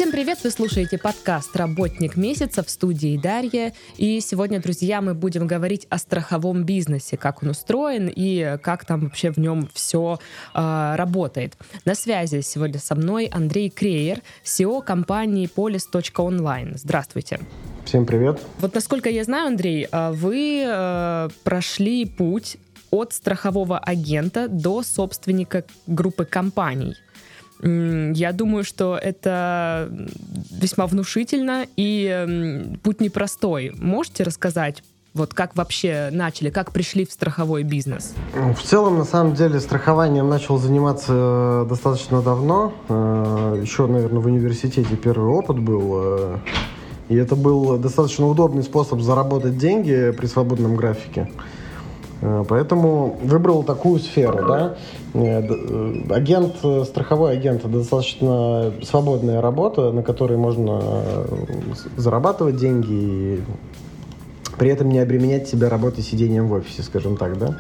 Всем привет! Вы слушаете подкаст «Работник месяца», в студии Дарья. И сегодня, друзья, мы будем говорить о страховом бизнесе, как он устроен и как там вообще в нем все работает. На связи сегодня со мной Андрей Креер, CEO компании Polis.online. Здравствуйте! Всем привет! Вот насколько я знаю, Андрей, вы прошли путь от страхового агента до собственника группы компаний. Я думаю, что это весьма внушительно и путь непростой. Можете рассказать, вот как вообще начали, как пришли в страховой бизнес? В целом, на самом деле, страхованием начал заниматься достаточно давно. Еще, наверное, в университете первый опыт был. И это был достаточно удобный способ заработать деньги при свободном графике. Поэтому выбрал такую сферу, да. Страховой агент — это достаточно свободная работа, на которой можно зарабатывать деньги и при этом не обременять себя работой сидением в офисе, скажем так, да.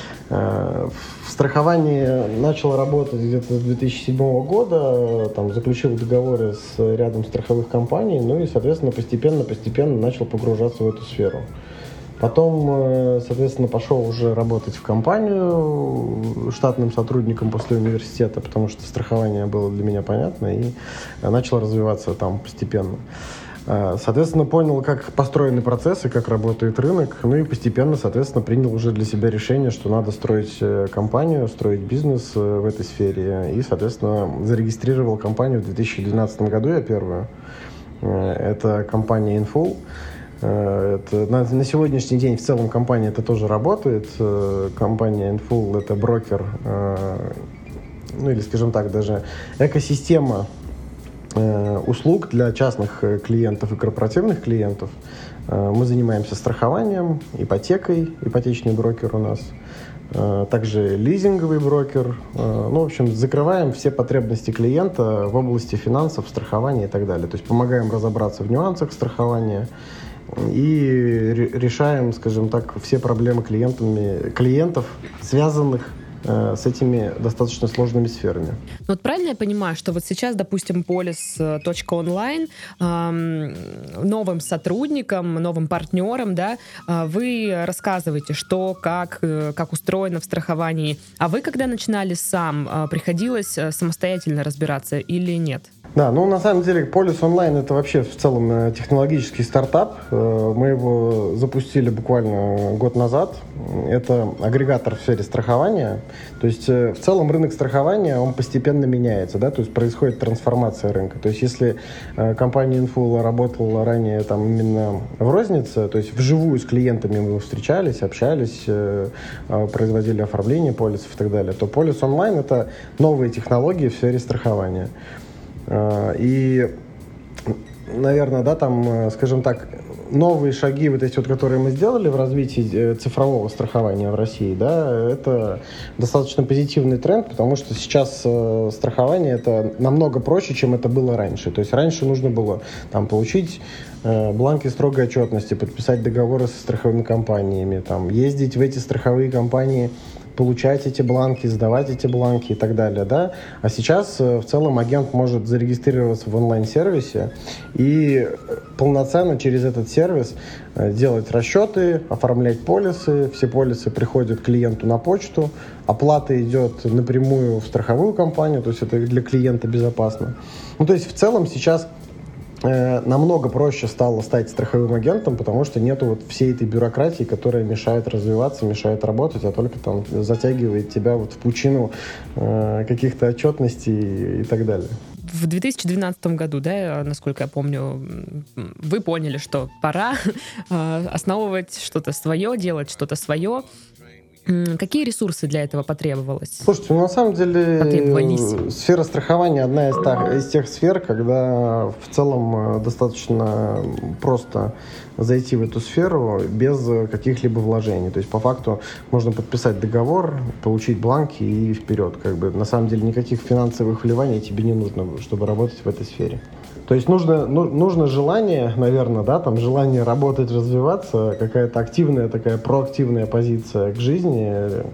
В страховании начал работать где-то с 2007 года, там, заключил договоры с рядом страховых компаний, ну и, соответственно, постепенно начал погружаться в эту сферу. Потом, соответственно, пошел уже работать в компанию штатным сотрудником после университета, потому что страхование было для меня понятно, и начал развиваться там постепенно. Соответственно, понял, как построены процессы, как работает рынок, ну и постепенно, соответственно, принял уже для себя решение, что надо строить компанию, строить бизнес в этой сфере, и, соответственно, зарегистрировал компанию в 2012 году, я первую. Это компания Infull. На сегодняшний день в целом компания это тоже работает. Компания Infull — это брокер, ну или, скажем так, даже экосистема услуг для частных клиентов и корпоративных клиентов. Мы занимаемся страхованием, ипотекой, ипотечный брокер у нас, также лизинговый брокер. Ну, в общем, закрываем все потребности клиента в области финансов, страхования и так далее. То есть помогаем разобраться в нюансах страхования и решаем, скажем так, все проблемы клиентов, связанных с этими достаточно сложными сферами. Вот правильно я понимаю, что вот сейчас, допустим, Polis.online новым сотрудникам, новым партнерам, да, вы рассказываете, что, как устроено в страховании, а вы, когда начинали приходилось самостоятельно разбираться или нет? Да, ну на самом деле Polis.online — это вообще в целом технологический стартап. Мы его запустили буквально год назад. Это агрегатор в сфере страхования. То есть в целом рынок страхования, он постепенно меняется, да, то есть происходит трансформация рынка. То есть если компания Infull работала ранее там именно в рознице, то есть вживую с клиентами мы встречались, общались, производили оформление полисов и так далее, то Polis.online — это новые технологии в сфере страхования. И, наверное, да, там, скажем так, новые шаги, вот эти вот, которые мы сделали в развитии цифрового страхования в России, да, это достаточно позитивный тренд, потому что сейчас страхование это намного проще, чем это было раньше. То есть раньше нужно было там получить бланки строгой отчетности, подписать договоры со страховыми компаниями, там, ездить в эти страховые компании, получать эти бланки, сдавать эти бланки и так далее, да. А сейчас в целом агент может зарегистрироваться в онлайн-сервисе и полноценно через этот сервис делать расчеты, оформлять полисы. Все полисы приходят клиенту на почту, оплата идет напрямую в страховую компанию, то есть это для клиента безопасно. Ну, то есть в целом сейчас намного проще стало стать страховым агентом, потому что нету вот всей этой бюрократии, которая мешает развиваться, мешает работать, а только там затягивает тебя вот в пучину каких-то отчетностей и так далее. В 2012 году, да, насколько я помню, вы поняли, что пора основывать что-то свое, делать что-то свое. Какие ресурсы для этого потребовалось? Слушайте, на самом деле сфера страхования одна из тех сфер, когда в целом достаточно просто зайти в эту сферу без каких-либо вложений. То есть по факту можно подписать договор, получить бланки и вперед. Как бы, на самом деле никаких финансовых вливаний тебе не нужно, чтобы работать в этой сфере. То есть нужно желание, наверное, да, там желание работать, развиваться, какая-то активная такая проактивная позиция к жизни,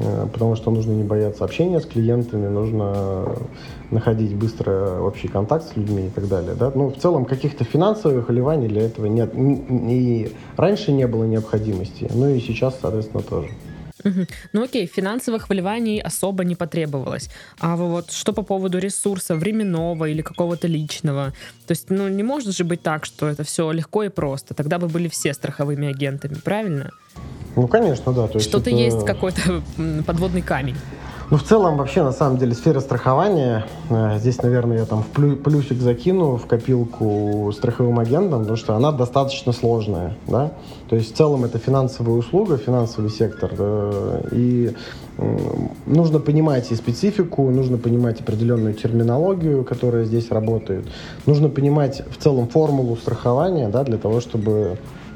потому что нужно не бояться общения с клиентами, нужно находить быстро общий контакт с людьми и так далее. Да? Ну, в целом, каких-то финансовых вливаний для этого нет. И раньше не было необходимости, ну и сейчас, соответственно, тоже. Угу. Ну окей, финансовых вливаний особо не потребовалось. А вот что по поводу ресурса временного или какого-то личного? То есть, ну, не может же быть так, что это все легко и просто. Тогда бы были все страховыми агентами, правильно? Ну, конечно, да. То есть что-то есть какой-то подводный камень. Ну, в целом, вообще, на самом деле, сфера страхования, здесь, наверное, я там в плюсик закину в копилку страховым агентам, потому что она достаточно сложная, да. То есть, в целом, это финансовая услуга, финансовый сектор, да, и нужно понимать и специфику, нужно понимать определенную терминологию, которая здесь работает, нужно понимать в целом формулу страхования, да, для того, чтобы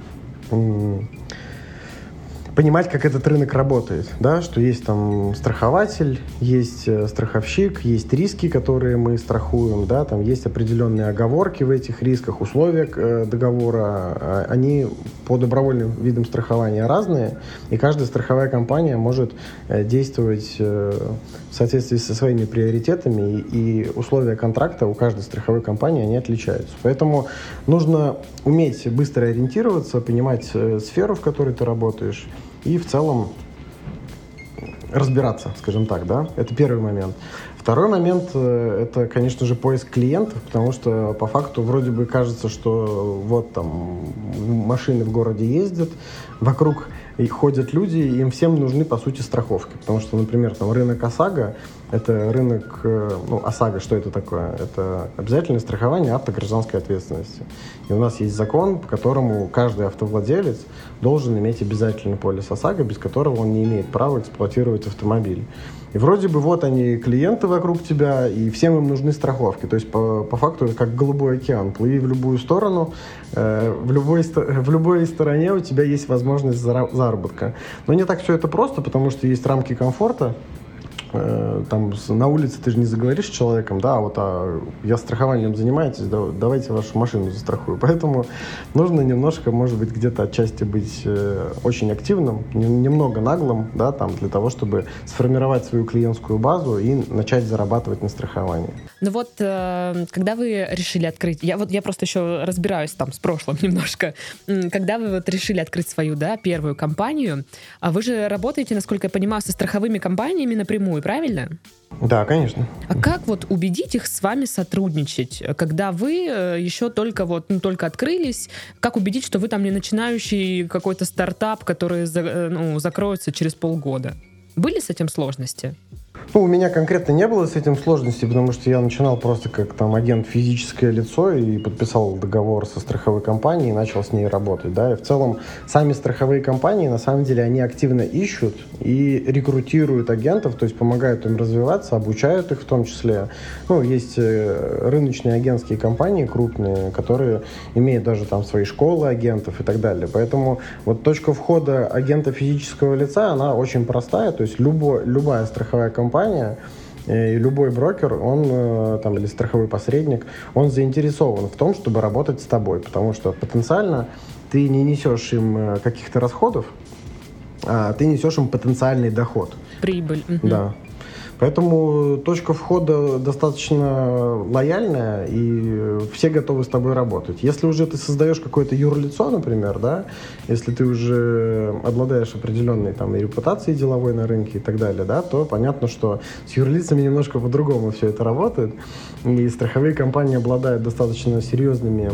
понимать, как этот рынок работает, да, что есть там страхователь, есть страховщик, есть риски, которые мы страхуем, да, там есть определенные оговорки в этих рисках, условия договора, они по добровольным видам страхования разные, и каждая страховая компания может действовать в соответствии со своими приоритетами, и условия контракта у каждой страховой компании, они отличаются. Поэтому нужно уметь быстро ориентироваться, понимать сферу, в которой ты работаешь, и в целом разбираться, скажем так, да. Это первый момент. Второй момент – это, конечно же, поиск клиентов, потому что по факту вроде бы кажется, что вот там машины в городе ездят, вокруг ходят люди, и им всем нужны, по сути, страховки. Потому что, например, там рынок ОСАГО – это рынок, ну, ОСАГО, что это такое? Это обязательное страхование автогражданской ответственности. И у нас есть закон, по которому каждый автовладелец должен иметь обязательный полис ОСАГО, без которого он не имеет права эксплуатировать автомобиль. И вроде бы вот они, клиенты вокруг тебя, и всем им нужны страховки. То есть по факту это как голубой океан. Плыви в любую сторону, в любой стороне у тебя есть возможность заработка. Но не так все это просто, потому что есть рамки комфорта. Там на улице ты же не заговоришь с человеком, да, я страхованием занимаетесь, давайте вашу машину застрахую. Поэтому нужно немножко, может быть, где-то отчасти быть очень активным, немного наглым, да, там, для того, чтобы сформировать свою клиентскую базу и начать зарабатывать на страховании. Ну вот, когда вы решили открыть, я просто еще разбираюсь там с прошлым немножко, когда вы вот решили открыть свою, да, первую компанию, а вы же работаете, насколько я понимаю, со страховыми компаниями напрямую, правильно? Да, конечно. А как вот убедить их с вами сотрудничать, когда вы еще только открылись? Как убедить, что вы там не начинающий какой-то стартап, который закроется через полгода? Были с этим сложности? Ну, у меня конкретно не было с этим сложностей, потому что я начинал просто как там агент физическое лицо и подписал договор со страховой компанией и начал с ней работать, да, и в целом сами страховые компании, на самом деле, они активно ищут и рекрутируют агентов, то есть помогают им развиваться, обучают их в том числе. Ну, есть рыночные агентские компании крупные, которые имеют даже там свои школы агентов и так далее, поэтому вот точка входа агента физического лица, она очень простая, то есть любая страховая компания, и любой брокер, он там, или страховой посредник, он заинтересован в том, чтобы работать с тобой, потому что потенциально ты не несешь им каких-то расходов, а ты несешь им потенциальный доход. Прибыль. Да. Поэтому точка входа достаточно лояльная, и все готовы с тобой работать. Если уже ты создаешь какое-то юрлицо, например, да, если ты уже обладаешь определенной там и репутацией деловой на рынке и так далее, да, то понятно, что с юрлицами немножко по-другому все это работает. И страховые компании обладают достаточно серьезными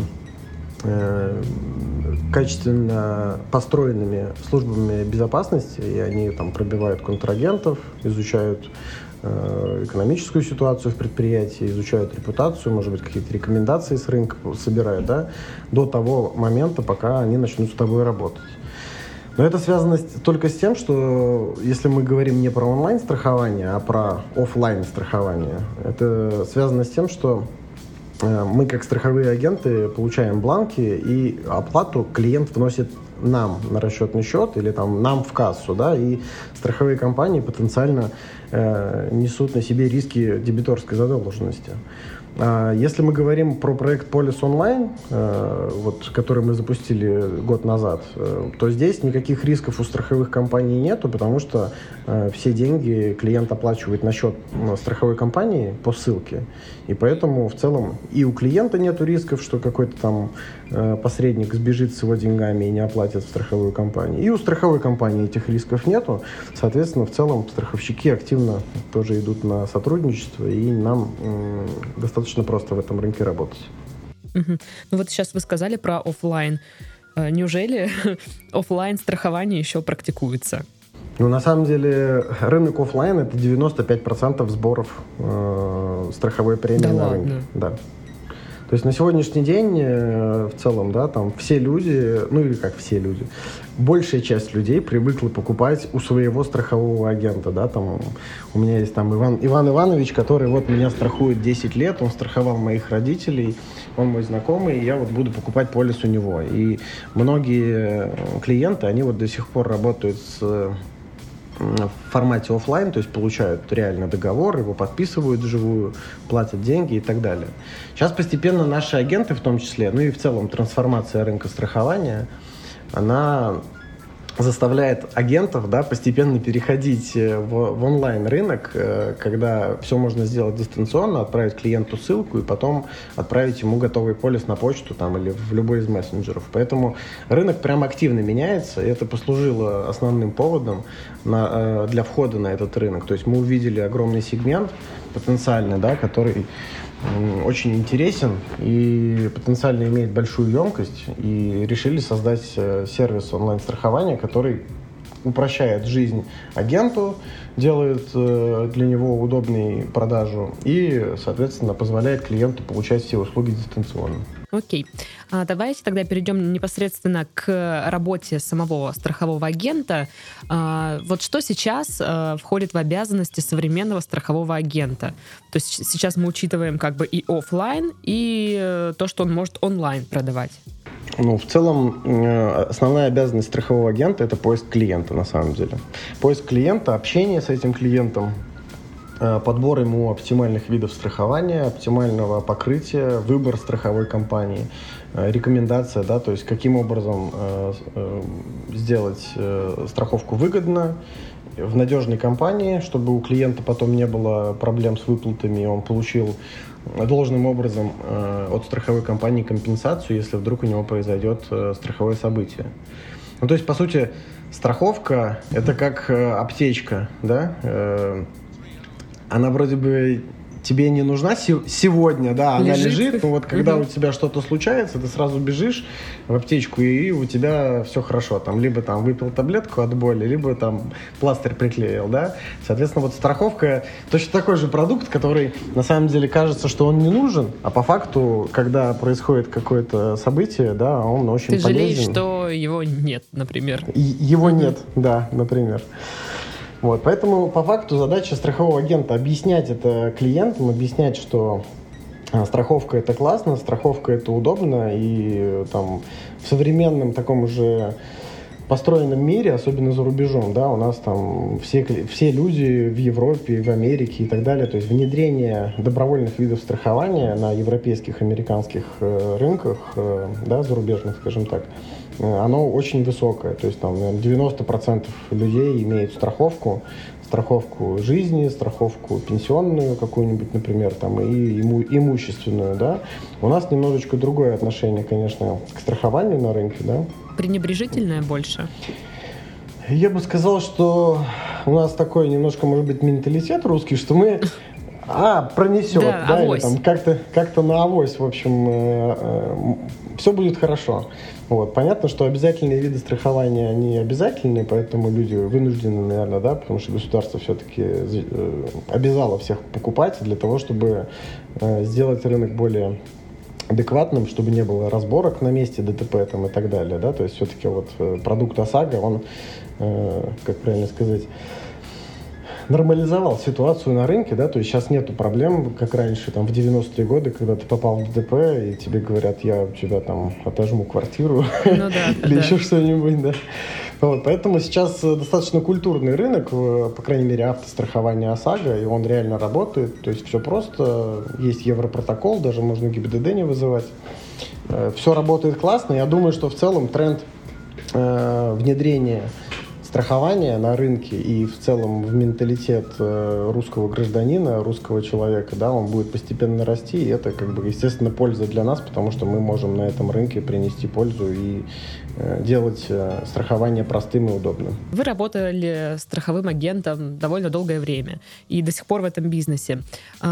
качественно построенными службами безопасности, и они там пробивают контрагентов, изучают экономическую ситуацию в предприятии, изучают репутацию, может быть, какие-то рекомендации с рынка собирают, да, до того момента, пока они начнут с тобой работать. Но это связано только с тем, что если мы говорим не про онлайн-страхование, а про офлайн-страхование, это связано с тем, что мы, как страховые агенты, получаем бланки, и оплату клиент вносит нам на расчетный счет или там нам в кассу, да, и страховые компании потенциально несут на себе риски дебиторской задолженности. Если мы говорим про проект Полис Онлайн, вот, который мы запустили год назад, то здесь никаких рисков у страховых компаний нету, потому что все деньги клиент оплачивает на счет страховой компании по ссылке. И поэтому в целом и у клиента нету рисков, что какой-то там посредник сбежит с его деньгами и не оплатит в страховую компанию. И у страховой компании этих рисков нету. Соответственно, в целом страховщики активно тоже идут на сотрудничество, и нам достаточно просто в этом рынке работать. Ну вот сейчас вы сказали про офлайн. Неужели офлайн страхование еще практикуется? Ну, на самом деле, рынок офлайн — это 95% сборов страховой премии на рынке. Да. То есть на сегодняшний день в целом, да, там все люди, ну или как все люди, большая часть людей привыкла покупать у своего страхового агента, да, там у меня есть там Иван Иванович, который вот меня страхует 10 лет, он страховал моих родителей, он мой знакомый, и я вот буду покупать полис у него. И многие клиенты, они вот до сих пор работают в формате офлайн, то есть получают реально договор, его подписывают вживую, платят деньги и так далее. Сейчас постепенно наши агенты в том числе, ну и в целом трансформация рынка страхования, она заставляет агентов, да, постепенно переходить в онлайн-рынок, когда все можно сделать дистанционно, отправить клиенту ссылку и потом отправить ему готовый полис на почту там, или в любой из мессенджеров. Поэтому рынок прям активно меняется, и это послужило основным поводом для входа на этот рынок. То есть мы увидели огромный сегмент потенциальный, да, который очень интересен и потенциально имеет большую емкость, и решили создать сервис онлайн-страхования, который упрощает жизнь агенту, делает для него удобной продажу и, соответственно, позволяет клиенту получать все услуги дистанционно. Окей. Давайте тогда перейдем непосредственно к работе самого страхового агента. Вот что сейчас входит в обязанности современного страхового агента? То есть сейчас мы учитываем как бы и офлайн, и то, что он может онлайн продавать. Ну, в целом, основная обязанность страхового агента — это поиск клиента, на самом деле. Поиск клиента, общение с этим клиентом, подбор ему оптимальных видов страхования, оптимального покрытия, выбор страховой компании, рекомендация, да, то есть каким образом сделать страховку выгодно, в надежной компании, чтобы у клиента потом не было проблем с выплатами, и он получил должным образом от страховой компании компенсацию, если вдруг у него произойдет страховое событие. Ну, то есть, по сути, страховка — это как аптечка, да? Она вроде бы тебе не нужна сегодня, да, она лежит, но вот когда у тебя что-то случается, ты сразу бежишь в аптечку, и у тебя все хорошо. Там, либо там выпил таблетку от боли, либо там пластырь приклеил, да. Соответственно, вот страховка точно такой же продукт, который на самом деле кажется, что он не нужен, а по факту, когда происходит какое-то событие, да, он очень полезен. Ты жалеешь, что его нет, например. Его нет, да, например. Вот, поэтому по факту задача страхового агента — объяснять это клиентам, объяснять, что страховка — это классно, страховка — это удобно, и там в современном таком уже построенном мире, особенно за рубежом, да, у нас там все люди в Европе, в Америке и так далее, то есть внедрение добровольных видов страхования на европейских, американских рынках, да, зарубежных, скажем так, оно очень высокое. То есть там, наверное, 90% людей имеют страховку жизни, страховку пенсионную какую-нибудь, например, там, и имущественную, да. У нас немножечко другое отношение, конечно, к страхованию на рынке, да. Пренебрежительное больше? Я бы сказал, что у нас такой немножко, может быть, менталитет русский, что мы пронесет, да, или там как-то на авось, в общем, все будет хорошо. Вот. Понятно, что обязательные виды страхования, они обязательны, поэтому люди вынуждены, наверное, да, потому что государство все-таки обязало всех покупать для того, чтобы сделать рынок более адекватным, чтобы не было разборок на месте, ДТП там, и так далее, да, то есть все-таки вот продукт ОСАГО, он, как правильно сказать, нормализовал ситуацию на рынке, да, то есть сейчас нету проблем, как раньше, там, в 90-е годы, когда ты попал в ДТП, и тебе говорят, я у тебя там отожму квартиру или еще что-нибудь, да. Вот, поэтому сейчас достаточно культурный рынок, по крайней мере, автострахования ОСАГО, и он реально работает, то есть все просто, есть европротокол, даже можно ГИБДД не вызывать. Все работает классно, я думаю, что в целом тренд внедрения страхования на рынке и в целом в менталитет русского гражданина, русского человека, да, он будет постепенно расти, и это, как бы, естественно, польза для нас, потому что мы можем на этом рынке принести пользу и делать страхование простым и удобным. Вы работали страховым агентом довольно долгое время и до сих пор в этом бизнесе.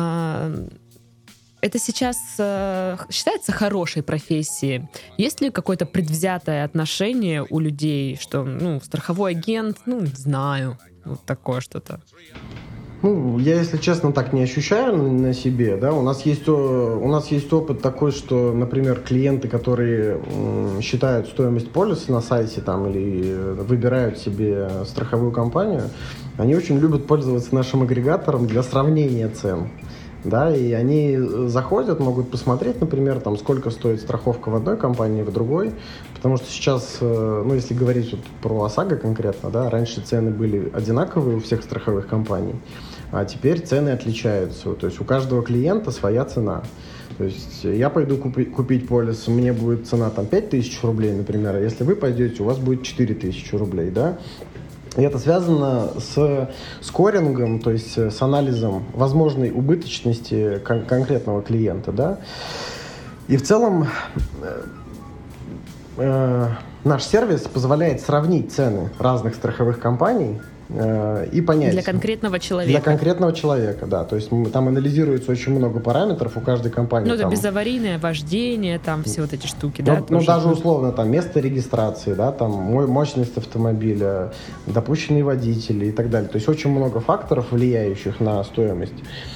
Это сейчас считается хорошей профессией? Есть ли какое-то предвзятое отношение у людей, что, страховой агент, не знаю, вот такое что-то? Я, если честно, так не ощущаю на себе, да. У нас есть опыт такой, что, например, клиенты, которые считают стоимость полиса на сайте там или выбирают себе страховую компанию, они очень любят пользоваться нашим агрегатором для сравнения цен. Да, и они заходят, могут посмотреть, например, там, сколько стоит страховка в одной компании, в другой, потому что сейчас, если говорить вот про ОСАГО конкретно, да, раньше цены были одинаковые у всех страховых компаний, а теперь цены отличаются, то есть у каждого клиента своя цена. То есть я пойду купить полис, мне будет цена там 5000 рублей, например, а если вы пойдете, у вас будет 4000 рублей, да. И это связано с скорингом, то есть с анализом возможной убыточности конкретного клиента, да. И в целом наш сервис позволяет сравнить цены разных страховых компаний и понять. Для конкретного человека. Для конкретного человека, да. То есть там анализируется очень много параметров у каждой компании. Это безаварийное вождение, там все вот эти штуки, да? Даже условно там место регистрации, да, там мощность автомобиля, допущенные водители и так далее. То есть очень много факторов, влияющих на стоимость.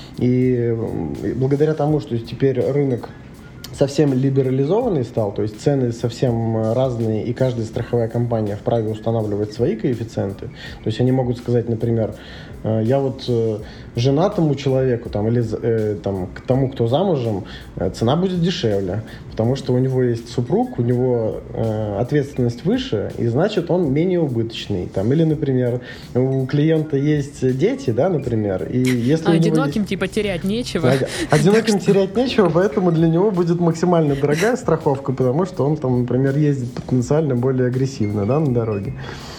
И благодаря тому, что теперь рынок совсем либерализованный стал, то есть цены совсем разные, и каждая страховая компания вправе устанавливать свои коэффициенты. То есть они могут сказать, например, я вот женатому человеку там, или к тому, кто замужем, цена будет дешевле, потому что у него есть супруг, у него ответственность выше, и значит он менее убыточный. Там, или, например, у клиента есть дети, да, например, и если одиноким терять нечего. Одиноким терять нечего, поэтому для него будет максимально дорогая страховка, потому что он там, например, ездит потенциально более агрессивно, да, на дороге.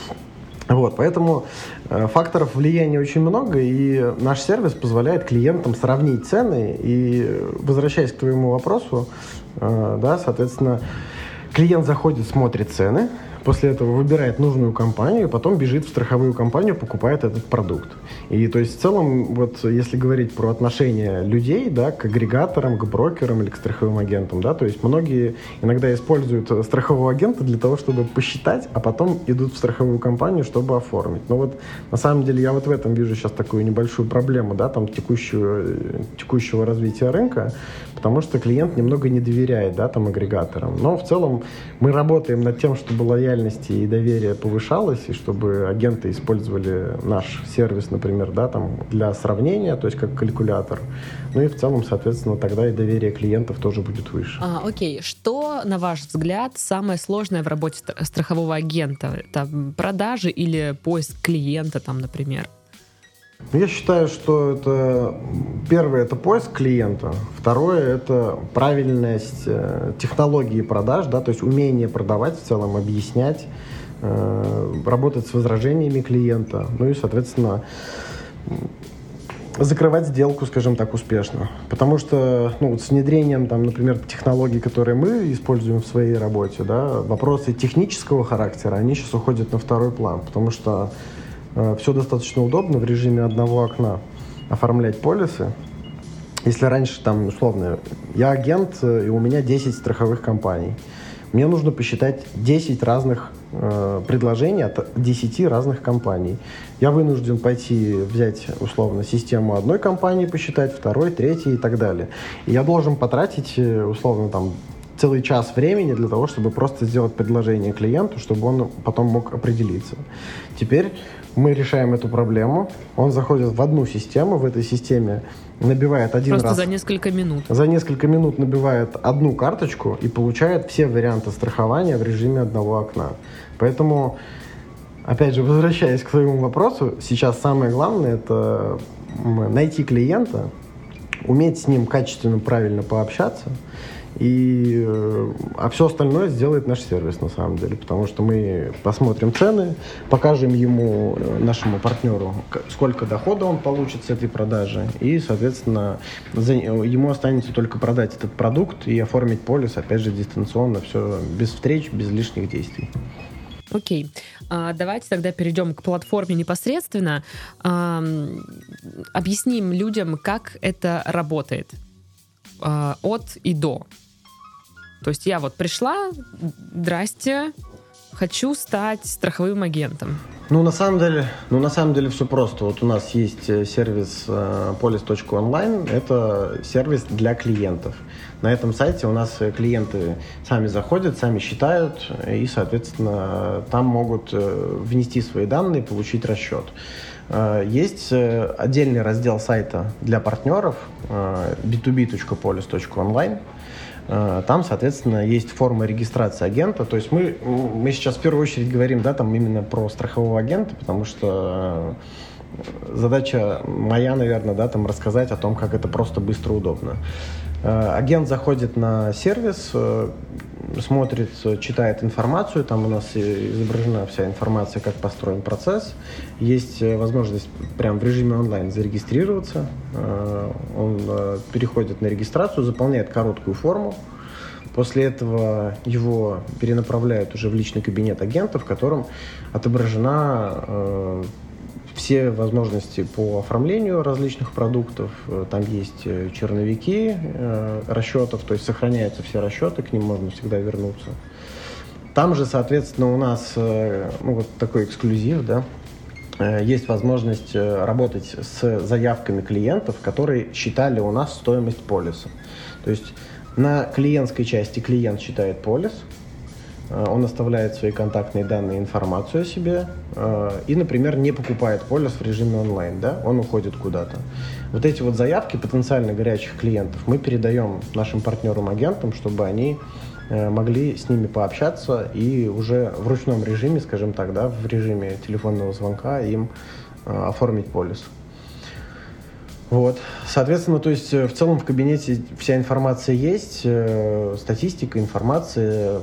Вот, поэтому факторов влияния очень много, и наш сервис позволяет клиентам сравнить цены. И, возвращаясь к твоему вопросу, да, соответственно, клиент заходит, смотрит цены, после этого выбирает нужную компанию, потом бежит в страховую компанию, покупает этот продукт. И то есть в целом, вот если говорить про отношение людей, да, к агрегаторам, к брокерам или к страховым агентам, да, то есть многие иногда используют страхового агента для того, чтобы посчитать, а потом идут в страховую компанию, чтобы оформить. Но вот на самом деле я вот в этом вижу сейчас такую небольшую проблему, да, там текущего развития рынка, потому что клиент немного не доверяет, да, там агрегаторам. Но в целом мы работаем над тем, чтобы лояльность и доверие повышалось, и чтобы агенты использовали наш сервис, например, да, там, для сравнения, то есть как калькулятор. Ну и в целом, соответственно, тогда и доверие клиентов тоже будет выше. Окей. Что, на ваш взгляд, самое сложное в работе страхового агента? Это продажи или поиск клиента, там, например? Я считаю, что это первое — это поиск клиента, второе — это правильность технологии продаж, да, то есть умение продавать в целом, объяснять, работать с возражениями клиента, ну и, соответственно, закрывать сделку, скажем так, успешно. Потому что с внедрением, там, например, технологий, которые мы используем в своей работе, да, вопросы технического характера, они сейчас уходят на второй план, потому что все достаточно удобно в режиме одного окна оформлять полисы. Если раньше, там, условно, я агент, и у меня 10 страховых компаний, мне нужно посчитать 10 разных предложений от 10 разных компаний. Я вынужден пойти взять, условно, систему одной компании, посчитать, второй, третьей и так далее. И я должен потратить, условно, там, целый час времени для того, чтобы просто сделать предложение клиенту, чтобы он потом мог определиться. Теперь мы решаем эту проблему. Он заходит в одну систему, в этой системе набивает один раз... Просто за несколько минут. За несколько минут набивает одну карточку и получает все варианты страхования в режиме одного окна. Поэтому, опять же, возвращаясь к своему вопросу, сейчас самое главное – это найти клиента, уметь с ним качественно, правильно пообщаться, а все остальное сделает наш сервис на самом деле, потому что мы посмотрим цены, покажем ему, нашему партнеру, сколько дохода он получит с этой продажи, и, соответственно, ему останется только продать этот продукт и оформить полис, опять же, дистанционно, все без встреч, без лишних действий. Окей. Давайте тогда перейдем к платформе непосредственно. Объясним людям, как это работает от и до. То есть я вот пришла, здрасте, хочу стать страховым агентом. На самом деле все просто. Вот у нас есть сервис polis.online, это сервис для клиентов. На этом сайте у нас клиенты сами заходят, сами считают и, соответственно, там могут внести свои данные, получить расчет. Есть отдельный раздел сайта для партнеров b2b.polis.online. Там, соответственно, есть форма регистрации агента. То есть мы сейчас в первую очередь говорим, да, там именно про страхового агента, потому что задача моя, наверное, да, там рассказать о том, как это просто, быстро, удобно. Агент заходит на сервис, смотрит, читает информацию, там у нас изображена вся информация, как построен процесс. Есть возможность прямо в режиме онлайн зарегистрироваться. Он переходит на регистрацию, заполняет короткую форму. После этого его перенаправляют уже в личный кабинет агента, в котором отображена все возможности по оформлению различных продуктов. Там есть черновики расчетов, то есть сохраняются все расчеты, к ним можно всегда вернуться. Там же, соответственно, у нас вот такой эксклюзив, да, есть возможность работать с заявками клиентов, которые считали у нас стоимость полиса. То есть на клиентской части клиент считает полис, он оставляет свои контактные данные, информацию о себе и, например, не покупает полис в режиме онлайн, да, он уходит куда-то. Вот эти вот заявки потенциально горячих клиентов мы передаем нашим партнерам-агентам, чтобы они могли с ними пообщаться и уже в ручном режиме, скажем так, да, в режиме телефонного звонка им оформить полис. Вот. Соответственно, то есть в целом в кабинете вся информация есть, статистика, информация.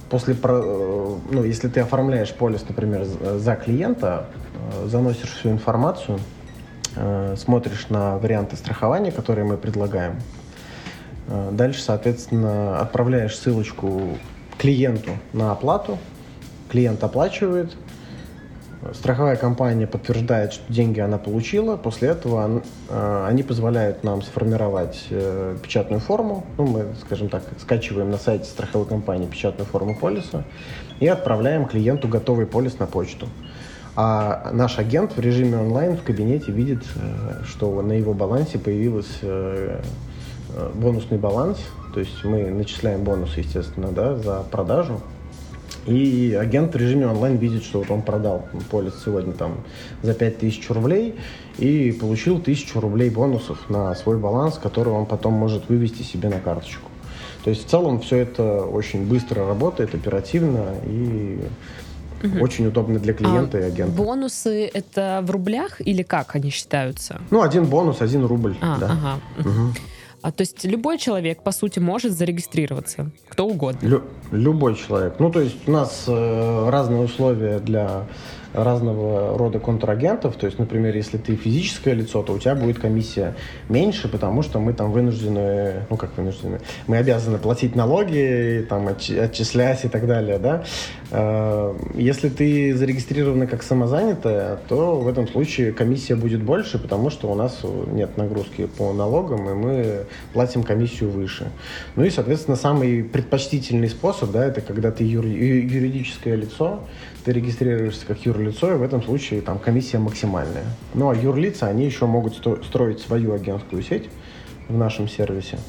Если ты оформляешь полис, например, за клиента, заносишь всю информацию, смотришь на варианты страхования, которые мы предлагаем. Дальше, соответственно, отправляешь ссылочку клиенту на оплату. Клиент оплачивает. Страховая компания подтверждает, что деньги она получила. После этого они позволяют нам сформировать печатную форму. Мы, скажем так, скачиваем на сайте страховой компании печатную форму полиса и отправляем клиенту готовый полис на почту. А наш агент в режиме онлайн в кабинете видит, что на его балансе появился бонусный баланс. То есть мы начисляем бонусы, естественно, да, за продажу. И агент в режиме онлайн видит, что вот он продал полис сегодня там за 5000 рублей и получил 1000 рублей бонусов на свой баланс, который он потом может вывести себе на карточку. То есть в целом все это очень быстро работает, оперативно и очень удобно для клиента и агента. Бонусы это в рублях или как они считаются? Один бонус, 1 рубль. Да. Ага. То есть любой человек, по сути, может зарегистрироваться, кто угодно? Любой человек. То есть у нас разные условия для разного рода контрагентов. То есть, например, если ты физическое лицо, то у тебя будет комиссия меньше, потому что мы там вынуждены, мы обязаны платить налоги, там, отчислять и так далее, да. Если ты зарегистрирована как самозанятая, то в этом случае комиссия будет больше, потому что у нас нет нагрузки по налогам, и мы платим комиссию выше. И, соответственно, самый предпочтительный способ, да, это когда ты юридическое лицо, ты регистрируешься как юрлицо, и в этом случае там комиссия максимальная. А юрлица, они еще могут строить свою агентскую сеть в нашем сервисе.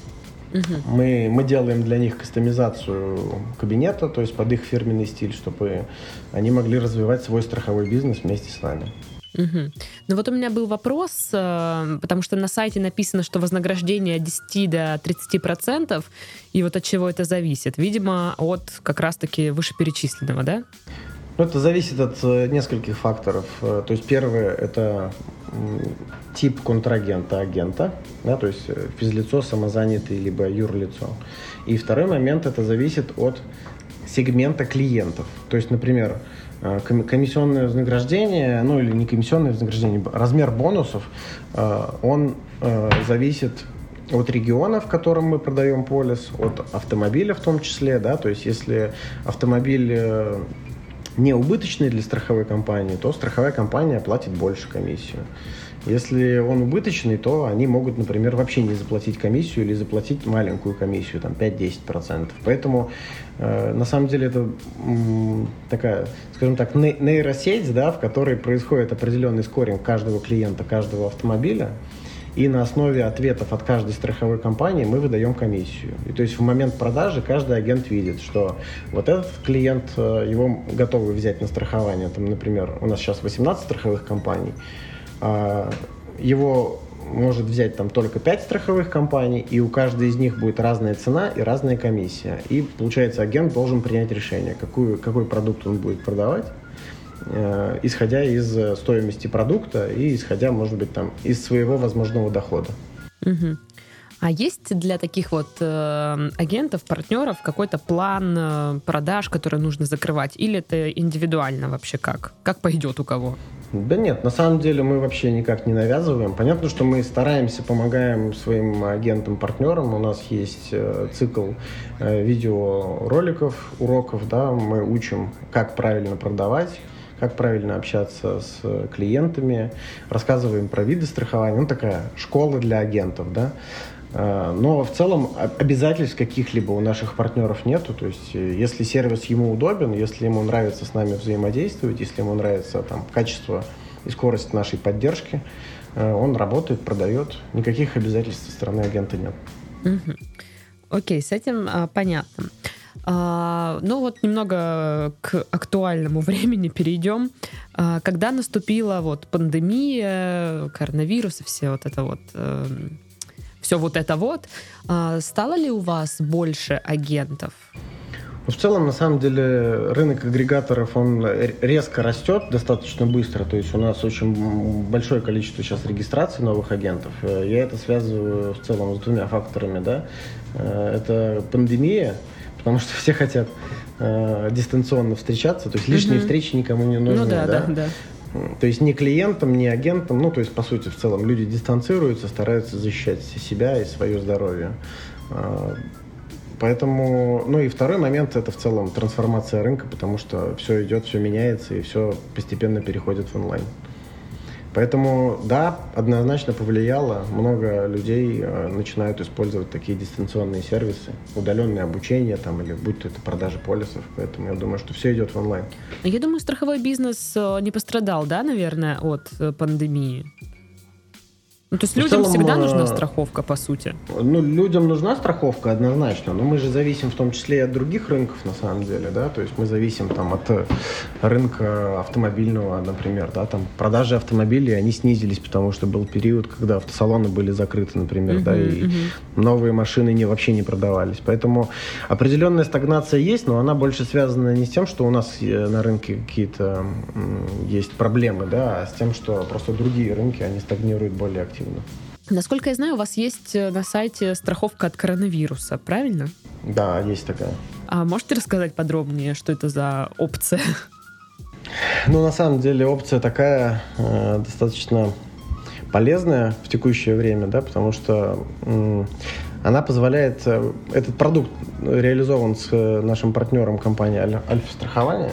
Мы делаем для них кастомизацию кабинета, то есть под их фирменный стиль, чтобы они могли развивать свой страховой бизнес вместе с нами. Ну вот у меня был вопрос, потому что на сайте написано, что вознаграждение от 10 до 30%, и вот от чего это зависит? Видимо, от как раз-таки вышеперечисленного, да? Ну, это зависит от нескольких факторов. То есть первое – это тип контрагента, агента, да, то есть физлицо, самозанятый, либо юрлицо. И второй момент – это зависит от сегмента клиентов. То есть, например, комиссионное вознаграждение, ну или не комиссионное вознаграждение, размер бонусов, он зависит от региона, в котором мы продаем полис, от автомобиля в том числе, да, то есть если автомобиль не убыточный для страховой компании, то страховая компания платит больше комиссию. Если он убыточный, то они могут, например, вообще не заплатить комиссию или заплатить маленькую комиссию, там 5-10%. Поэтому, на самом деле, это такая, скажем так, нейросеть, да, в которой происходит определенный скоринг каждого клиента, каждого автомобиля, и на основе ответов от каждой страховой компании мы выдаем комиссию. И то есть в момент продажи каждый агент видит, что вот этот клиент, его готовы взять на страхование, там, например, у нас сейчас 18 страховых компаний, его может взять там только 5 страховых компаний, и у каждой из них будет разная цена и разная комиссия. И, получается, агент должен принять решение, какой продукт он будет продавать, исходя из стоимости продукта и исходя, может быть, там, из своего возможного дохода. А есть для таких вот агентов, партнеров какой-то план продаж, который нужно закрывать? Или это индивидуально вообще как? Как пойдет у кого? Да нет, на самом деле мы вообще никак не навязываем. Понятно, что мы стараемся, помогаем своим агентам, партнерам. У нас есть цикл видеороликов, уроков, да, мы учим, как правильно продавать, как правильно общаться с клиентами, рассказываем про виды страхования. Ну, такая школа для агентов, да. Но в целом обязательств каких-либо у наших партнеров нету. То есть, если сервис ему удобен, если ему нравится с нами взаимодействовать, если ему нравится там качество и скорость нашей поддержки, он работает, продает. Никаких обязательств со стороны агента нет. Окей, с этим понятно. Ну вот немного к актуальному времени перейдем. Когда наступила вот пандемия, коронавирус и все вот это вот... Все вот это вот. Стало ли у вас больше агентов? В целом, на самом деле, рынок агрегаторов, он резко растет достаточно быстро. То есть у нас очень большое количество сейчас регистраций новых агентов. Я это связываю в целом с двумя факторами. Да? Это пандемия, потому что все хотят дистанционно встречаться. То есть лишние встречи никому не нужны. Ну да. То есть ни клиентам, ни агентам, ну, то есть, по сути, в целом, люди дистанцируются, стараются защищать себя и свое здоровье. Поэтому, ну и второй момент – это в целом трансформация рынка, потому что все идет, все меняется, и все постепенно переходит в онлайн. Поэтому, да, однозначно повлияло. Много людей начинают использовать такие дистанционные сервисы, удаленное обучение, там, или будь то это продажа полисов. Поэтому я думаю, что все идет в онлайн. Я думаю, страховой бизнес не пострадал, да, наверное, от пандемии? Ну, то есть людям всегда нужна страховка, по сути. Ну, людям нужна страховка однозначно, но мы же зависим в том числе и от других рынков, на самом деле, да, то есть мы зависим там от рынка автомобильного, например, да, там продажи автомобилей, они снизились, потому что был период, когда автосалоны были закрыты, например, да, и новые машины вообще не продавались, поэтому определенная стагнация есть, но она больше связана не с тем, что у нас на рынке какие-то есть проблемы, да, а с тем, что просто другие рынки, они стагнируют более активно. Насколько я знаю, у вас есть на сайте страховка от коронавируса, правильно? Да, есть такая. А можете рассказать подробнее, что это за опция? Ну, на самом деле, опция такая достаточно полезная в текущее время, да, потому что она позволяет... Этот продукт реализован с нашим партнером компании Альфа-страхование.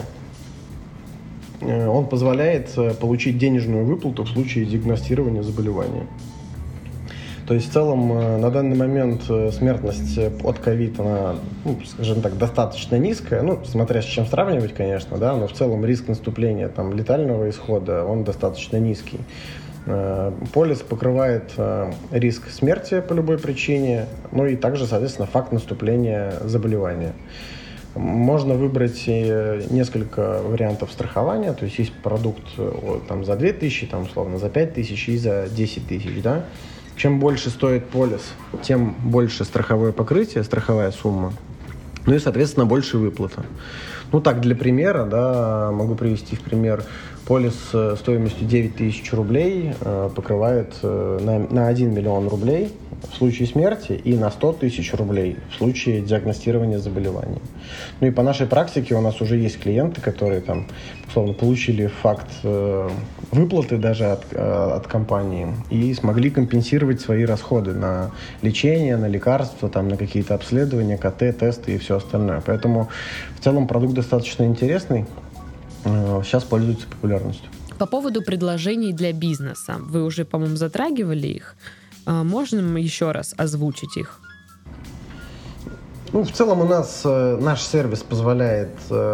Он позволяет получить денежную выплату в случае диагностирования заболевания. То есть в целом на данный момент смертность от ковид, она, ну, скажем так, достаточно низкая, ну, смотря с чем сравнивать, конечно, да, но в целом риск наступления там летального исхода, он достаточно низкий. Полис покрывает риск смерти по любой причине, ну и также, соответственно, факт наступления заболевания. Можно выбрать несколько вариантов страхования, то есть продукт там, за 2000, там, условно, за 5000 и за 10 тысяч. Да? Чем больше стоит полис, тем больше страховое покрытие, страховая сумма, ну и, соответственно, больше выплата. Ну так, для примера, да, могу привести в пример, полис стоимостью 9000 рублей покрывает на 1 миллион рублей в случае смерти и на 100 тысяч рублей в случае диагностирования заболевания. Ну и по нашей практике у нас уже есть клиенты, которые там, условно, получили факт выплаты даже от компании и смогли компенсировать свои расходы на лечение, на лекарства, там, на какие-то обследования, КТ, тесты и все остальное. Поэтому в целом продукт достаточно интересный, сейчас пользуется популярностью. По поводу предложений для бизнеса. Вы уже, по-моему, затрагивали их. Можно еще раз озвучить их? Ну, в целом у нас наш сервис позволяет,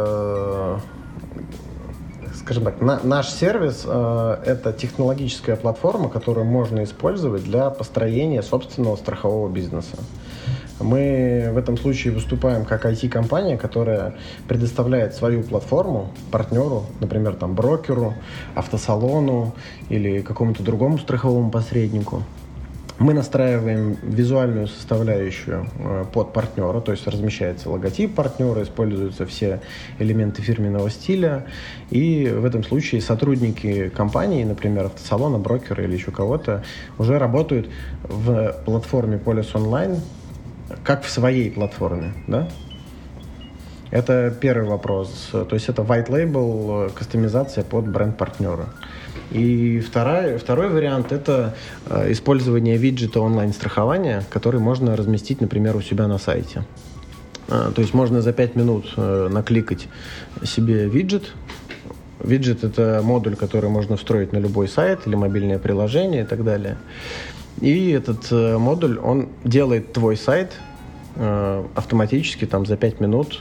скажем так, наш сервис это технологическая платформа, которую можно использовать для построения собственного страхового бизнеса. Мы в этом случае выступаем как IT-компания, которая предоставляет свою платформу партнеру, например, там, брокеру, автосалону или какому-то другому страховому посреднику. Мы настраиваем визуальную составляющую под партнера, то есть размещается логотип партнера, используются все элементы фирменного стиля, и в этом случае сотрудники компании, например, автосалона, брокера или еще кого-то, уже работают в платформе Полис Онлайн, как в своей платформе, да? Это первый вопрос. То есть это white label, кастомизация под бренд партнера. И второй вариант – это использование виджета онлайн-страхования, который можно разместить, например, у себя на сайте. То есть можно за 5 минут накликать себе виджет. Виджет – это модуль, который можно встроить на любой сайт или мобильное приложение и так далее. И этот модуль, он делает твой сайт автоматически там, за 5 минут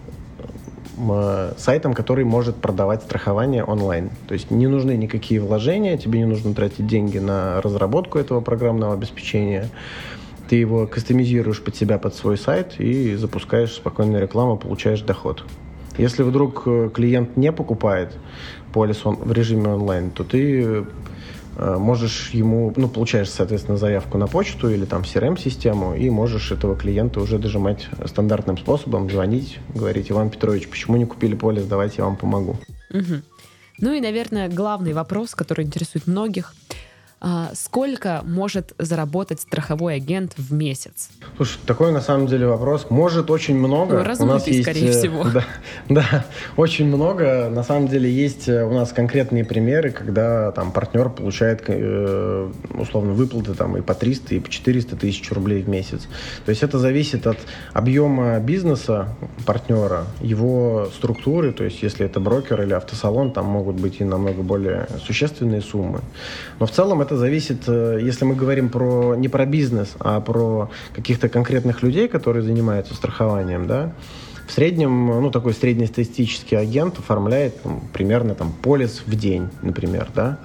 сайтом, который может продавать страхование онлайн. То есть не нужны никакие вложения, тебе не нужно тратить деньги на разработку этого программного обеспечения. Ты его кастомизируешь под себя, под свой сайт и запускаешь спокойную рекламу, получаешь доход. Если вдруг клиент не покупает полис в режиме онлайн, то ты можешь ему, получаешь, соответственно, заявку на почту или там в CRM-систему и можешь этого клиента уже дожимать стандартным способом, звонить, говорить: Иван Петрович, почему не купили полис, давайте я вам помогу. Угу. Ну и, наверное, главный вопрос, который интересует многих. Сколько может заработать страховой агент в месяц? Слушай, такой на самом деле вопрос. Может очень много. Разумный, скорее всего. Да, очень много. На самом деле есть у нас конкретные примеры, когда там партнер получает условно выплаты там и по 300, и по 400 тысяч рублей в месяц. То есть это зависит от объема бизнеса партнера, его структуры. То есть если это брокер или автосалон, там могут быть и намного более существенные суммы. Но в целом это зависит, если мы говорим не про бизнес, а про каких-то конкретных людей, которые занимаются страхованием, да. В среднем, такой среднестатистический агент оформляет примерно полис в день, например, да.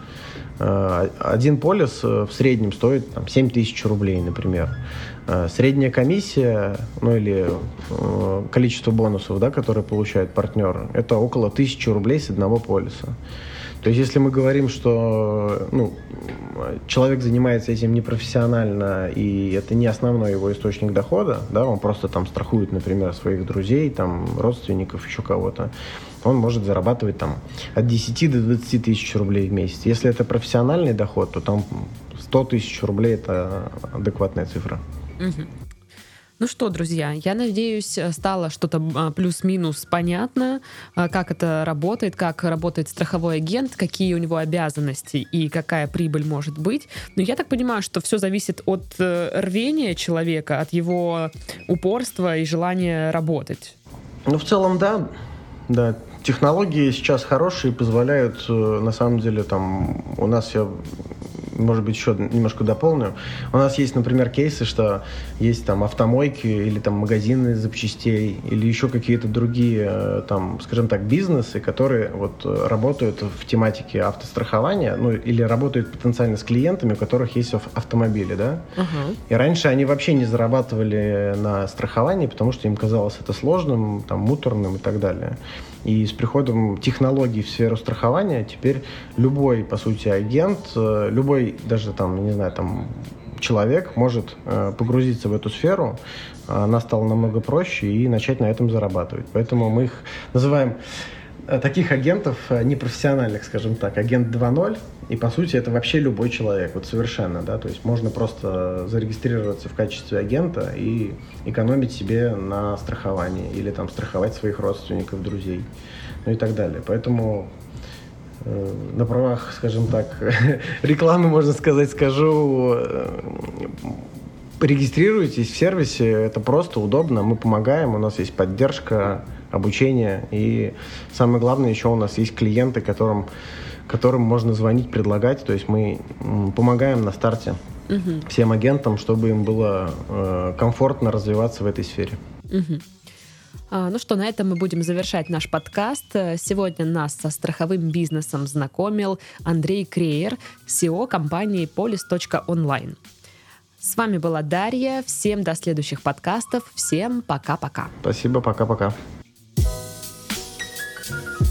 Один полис в среднем стоит 7 тысяч рублей, например. Средняя комиссия, или количество бонусов, да, которые получает партнер, это около 1000 рублей с одного полиса. То есть, если мы говорим, что человек занимается этим непрофессионально, и это не основной его источник дохода, да, он просто страхует, например, своих друзей, родственников, еще кого-то, он может зарабатывать от 10 до 20 тысяч рублей в месяц. Если это профессиональный доход, то 100 тысяч рублей – это адекватная цифра. Угу. Ну что, друзья, я надеюсь, стало что-то плюс-минус понятно, как это работает, как работает страховой агент, какие у него обязанности и какая прибыль может быть. Но я так понимаю, что все зависит от рвения человека, от его упорства и желания работать. В целом, да. Технологии сейчас хорошие, позволяют, на самом деле, у нас, я может быть, еще немножко дополню. У нас есть, например, кейсы, что есть там автомойки или там магазины запчастей или еще какие-то другие, там, скажем так, бизнесы, которые вот работают в тематике автострахования, ну, или работают потенциально с клиентами, у которых есть автомобили, да. И раньше они вообще не зарабатывали на страховании, потому что им казалось это сложным, там, муторным и так далее. И с приходом технологий в сферу страхования теперь любой, по сути, агент, любой даже там, не знаю, там человек может погрузиться в эту сферу, она стала намного проще и начать на этом зарабатывать. Поэтому мы их называем таких агентов непрофессиональных, скажем так, агент 2.0, и по сути это вообще любой человек, вот совершенно, да, то есть можно просто зарегистрироваться в качестве агента и экономить себе на страховании или там страховать своих родственников, друзей, ну и так далее. Поэтому на правах, скажем так, рекламы, можно сказать, скажу, регистрируйтесь в сервисе, это просто удобно, мы помогаем, у нас есть поддержка, обучение, и самое главное, еще у нас есть клиенты, которым можно звонить, предлагать, то есть мы помогаем на старте всем агентам, чтобы им было комфортно развиваться в этой сфере. Ну что, на этом мы будем завершать наш подкаст. Сегодня нас со страховым бизнесом знакомил Андрей Креер, CEO компании polis.online. С вами была Дарья. Всем до следующих подкастов. Всем пока-пока. Спасибо, пока-пока.